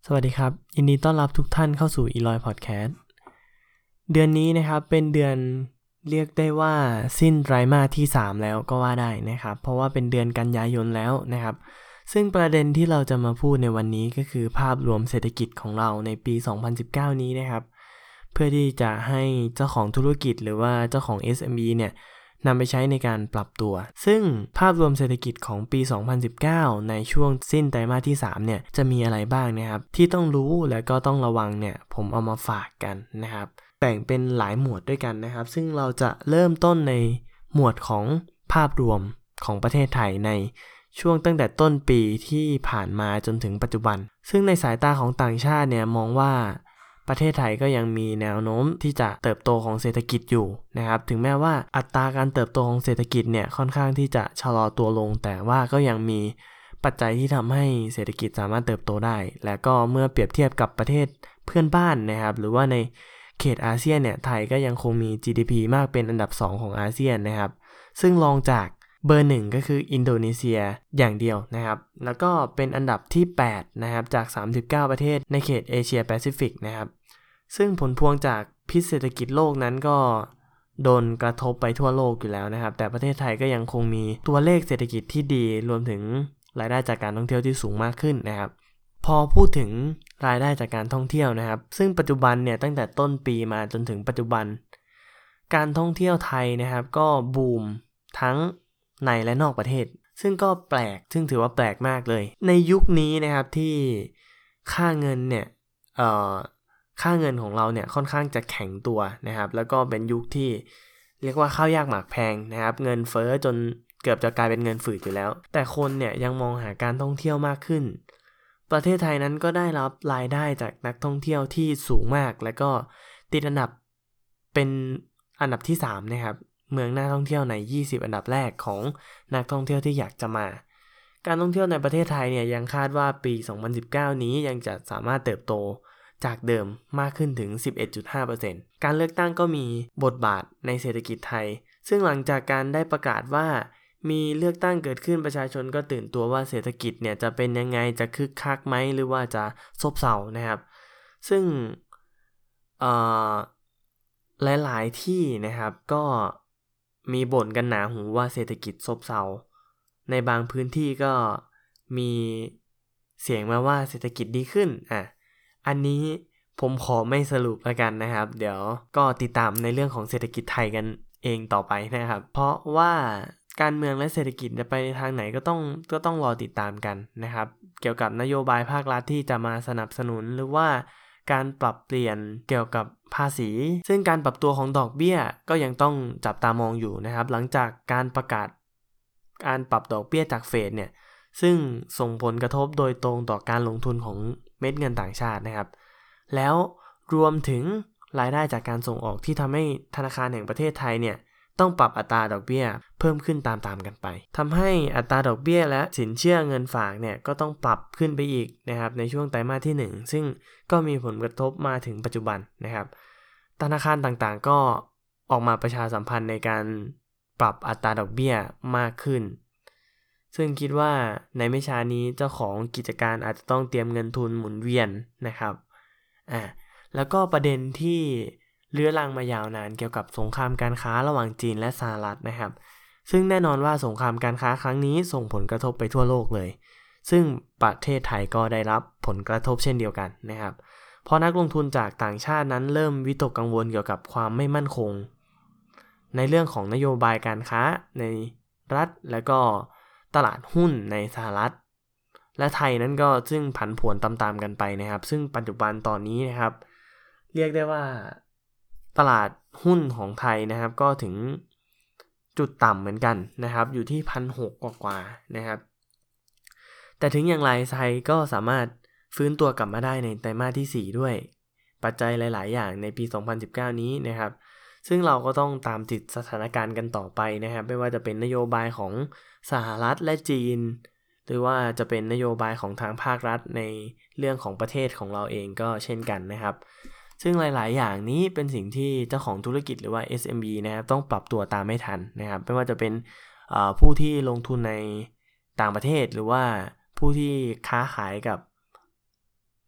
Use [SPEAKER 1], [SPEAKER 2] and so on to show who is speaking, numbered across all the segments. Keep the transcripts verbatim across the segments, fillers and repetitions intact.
[SPEAKER 1] สวัสดีครับยินดีต้อนรับทุกท่านเข้าสู่ Eloy Podcast เดือนนี้นะครับเป็นเดือนเรียกได้ว่าสิ้นไตรมาสที่สามแล้วก็ว่าได้นะครับเพราะว่าเป็นเดือนกันยายนแล้วนะครับซึ่งประเด็นที่เราจะมาพูดในวันนี้ก็คือภาพรวมเศรษฐกิจของเราในปีสองพันสิบเก้านี้นะครับเพื่อที่จะให้เจ้าของธุรกิจหรือว่าเจ้าของ เอส เอ็ม อี เนี่ยนำไปใช้ในการปรับตัวซึ่งภาพรวมเศรษฐกิจของปีสองพันสิบเก้าในช่วงสิ้นไตรมาสที่สามเนี่ยจะมีอะไรบ้างนะครับที่ต้องรู้และก็ต้องระวังเนี่ยผมเอามาฝากกันนะครับแบ่งเป็นหลายหมวดด้วยกันนะครับซึ่งเราจะเริ่มต้นในหมวดของภาพรวมของประเทศไทยในช่วงตั้งแต่ต้นปีที่ผ่านมาจนถึงปัจจุบันซึ่งในสายตาของต่างชาติเนี่ยมองว่าประเทศไทยก็ยังมีแนวโน้มที่จะเติบโตของเศรษฐกิจอยู่นะครับถึงแม้ว่าอัตราการเติบโตของเศรษฐกิจเนี่ยค่อนข้างที่จะชะลอตัวลงแต่ว่าก็ยังมีปัจจัยที่ทำให้เศรษฐกิจสามารถเติบโตได้และก็เมื่อเปรียบเทียบกับประเทศเพื่อนบ้านนะครับหรือว่าในเขตอาเซียนเนี่ยไทยก็ยังคงมี จี ดี พี มากเป็นอันดับสองของอาเซียนนะครับซึ่งรองจากเบอร์หนึ่งก็คืออินโดนีเซียอย่างเดียวนะครับแล้วก็เป็นอันดับที่แปดนะครับจากสามสิบเก้าประเทศในเขตเอเชียแปซิฟิกนะครับซึ่งผลพวงจากพิษเศรษฐกิจโลกนั้นก็โดนกระทบไปทั่วโลกอยู่แล้วนะครับแต่ประเทศไทยก็ยังคงมีตัวเลขเศรษฐกิจที่ดีรวมถึงรายได้จากการท่องเที่ยวที่สูงมากขึ้นนะครับพอพูดถึงรายได้จากการท่องเที่ยวนะครับซึ่งปัจจุบันเนี่ยตั้งแต่ต้นปีมาจนถึงปัจจุบันการท่องเที่ยวไทยนะครับก็บูมทั้งในและนอกประเทศซึ่งก็แปลกซึ่งถือว่าแปลกมากเลยในยุคนี้นะครับที่ค่าเงินเนี่ยเอ่อค่าเงินของเราเนี่ยค่อนข้างจะแข็งตัวนะครับแล้วก็เป็นยุคที่เรียกว่าข้าวยากหมากแพงนะครับเงินเฟ้อจนเกือบจะกลายเป็นเงินฝืดอยู่แล้วแต่คนเนี่ยยังมองหาการท่องเที่ยวมากขึ้นประเทศไทยนั้นก็ได้รับรายได้จากนักท่องเที่ยวที่สูงมากและก็ติดอันดับเป็นอันดับที่สามนะครับเมืองน่าท่องเที่ยวในยี่สิบอันดับแรกของนักท่องเที่ยวที่อยากจะมาการท่องเที่ยวในประเทศไทยเนี่ยยังคาดว่าปีสองพันสิบเก้านี้ยังจะสามารถเติบโตจากเดิมมากขึ้นถึง สิบเอ็ดจุดห้าเปอร์เซ็นต์ การเลือกตั้งก็มีบทบาทในเศรษฐกิจไทยซึ่งหลังจากการได้ประกาศว่ามีเลือกตั้งเกิดขึ้นประชาชนก็ตื่นตัวว่าเศรษฐกิจเนี่ยจะเป็นยังไงจะคึกคักไหมหรือว่าจะซบเซานะครับซึ่งเอ่อหลายๆที่นะครับก็มีบ่นกันหนาหูว่าเศรษฐกิจซบเซาในบางพื้นที่ก็มีเสียงมาว่าเศรษฐกิจดีขึ้นอ่ะอันนี้ผมขอไม่สรุปแล้วกันนะครับเดี๋ยวก็ติดตามในเรื่องของเศรษฐกิจไทยกันเองต่อไปนะครับเพราะว่าการเมืองและเศรษฐกิจจะไปในทางไหนก็ต้องก็ต้องรอติดตามกันนะครับเกี่ยวกับนโยบายภาครัฐที่จะมาสนับสนุนหรือว่าการปรับเปลี่ยนเกี่ยวกับภาษีซึ่งการปรับตัวของดอกเบี้ยก็ยังต้องจับตามองอยู่นะครับหลังจากการประกาศการปรับดอกเบี้ยจากเฟดเนี่ยซึ่งส่งผลกระทบโดยตรงต่อการลงทุนของเม็ดเงินต่างชาตินะครับแล้วรวมถึงรายได้จากการส่งออกที่ทำให้ธนาคารแห่งประเทศไทยเนี่ยต้องปรับอัตราดอกเบี้ยเพิ่มขึ้นตามๆกันไปทำให้อัตราดอกเบี้ยและสินเชื่อเงินฝากเนี่ยก็ต้องปรับขึ้นไปอีกนะครับในช่วงไตรมาสที่หนึ่งซึ่งก็มีผลกระทบมาถึงปัจจุบันนะครับธนาคารต่างๆก็ออกมาประชาสัมพันธ์ในการปรับอัตราดอกเบี้ยมากขึ้นซึ่งคิดว่าในไม่ช้านี้เจ้าของกิจการอาจจะต้องเตรียมเงินทุนหมุนเวียนนะครับอ่าแล้วก็ประเด็นที่เลื้อรังมายาวนานเกี่ยวกับสงครามการค้าระหว่างจีนและสหรัฐนะครับซึ่งแน่นอนว่าสงครามการค้าครั้งนี้ส่งผลกระทบไปทั่วโลกเลยซึ่งประเทศไทยก็ได้รับผลกระทบเช่นเดียวกันนะครับเพราะนักลงทุนจากต่างชาตินั้นเริ่มวิตกกังวลเกี่ยวกับความไม่มั่นคงในเรื่องของนโยบายการค้าในรัฐและก็ตลาดหุ้นในสหรัฐและไทยนั้นก็ซึ่งผันผวนตามๆกันไปนะครับซึ่งปัจจุบันตอนนี้นะครับเรียกได้ว่าตลาดหุ้นของไทยนะครับก็ถึงจุดต่ำเหมือนกันนะครับอยู่ที่ หนึ่งพันหกร้อย กว่าๆนะครับแต่ถึงอย่างไรไทยก็สามารถฟื้นตัวกลับมาได้ในไตรมาสที่สี่ด้วยปัจจัยหลายๆอย่างในปีสองพันสิบเก้านี้นะครับซึ่งเราก็ต้องตามติดสถานการณ์กันต่อไปนะครับไม่ว่าจะเป็นนโยบายของสหรัฐและจีนหรือว่าจะเป็นนโยบายของทางภาครัฐในเรื่องของประเทศของเราเองก็เช่นกันนะครับซึ่งหลายๆอย่างนี้เป็นสิ่งที่เจ้าของธุรกิจหรือว่า เอส เอ็ม อี นะครับต้องปรับตัวตามไม่ทันนะครับไม่ว่าจะเป็นผู้ที่ลงทุนในต่างประเทศหรือว่าผู้ที่ค้าขายกับ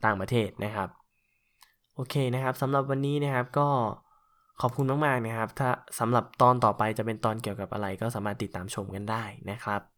[SPEAKER 1] ต่างประเทศนะครับโอเคนะครับสำหรับวันนี้นะครับก็ขอบคุณมากๆนะครับถ้าสำหรับตอนต่อไปจะเป็นตอนเกี่ยวกับอะไรก็สามารถติดตามชมกันได้นะครับ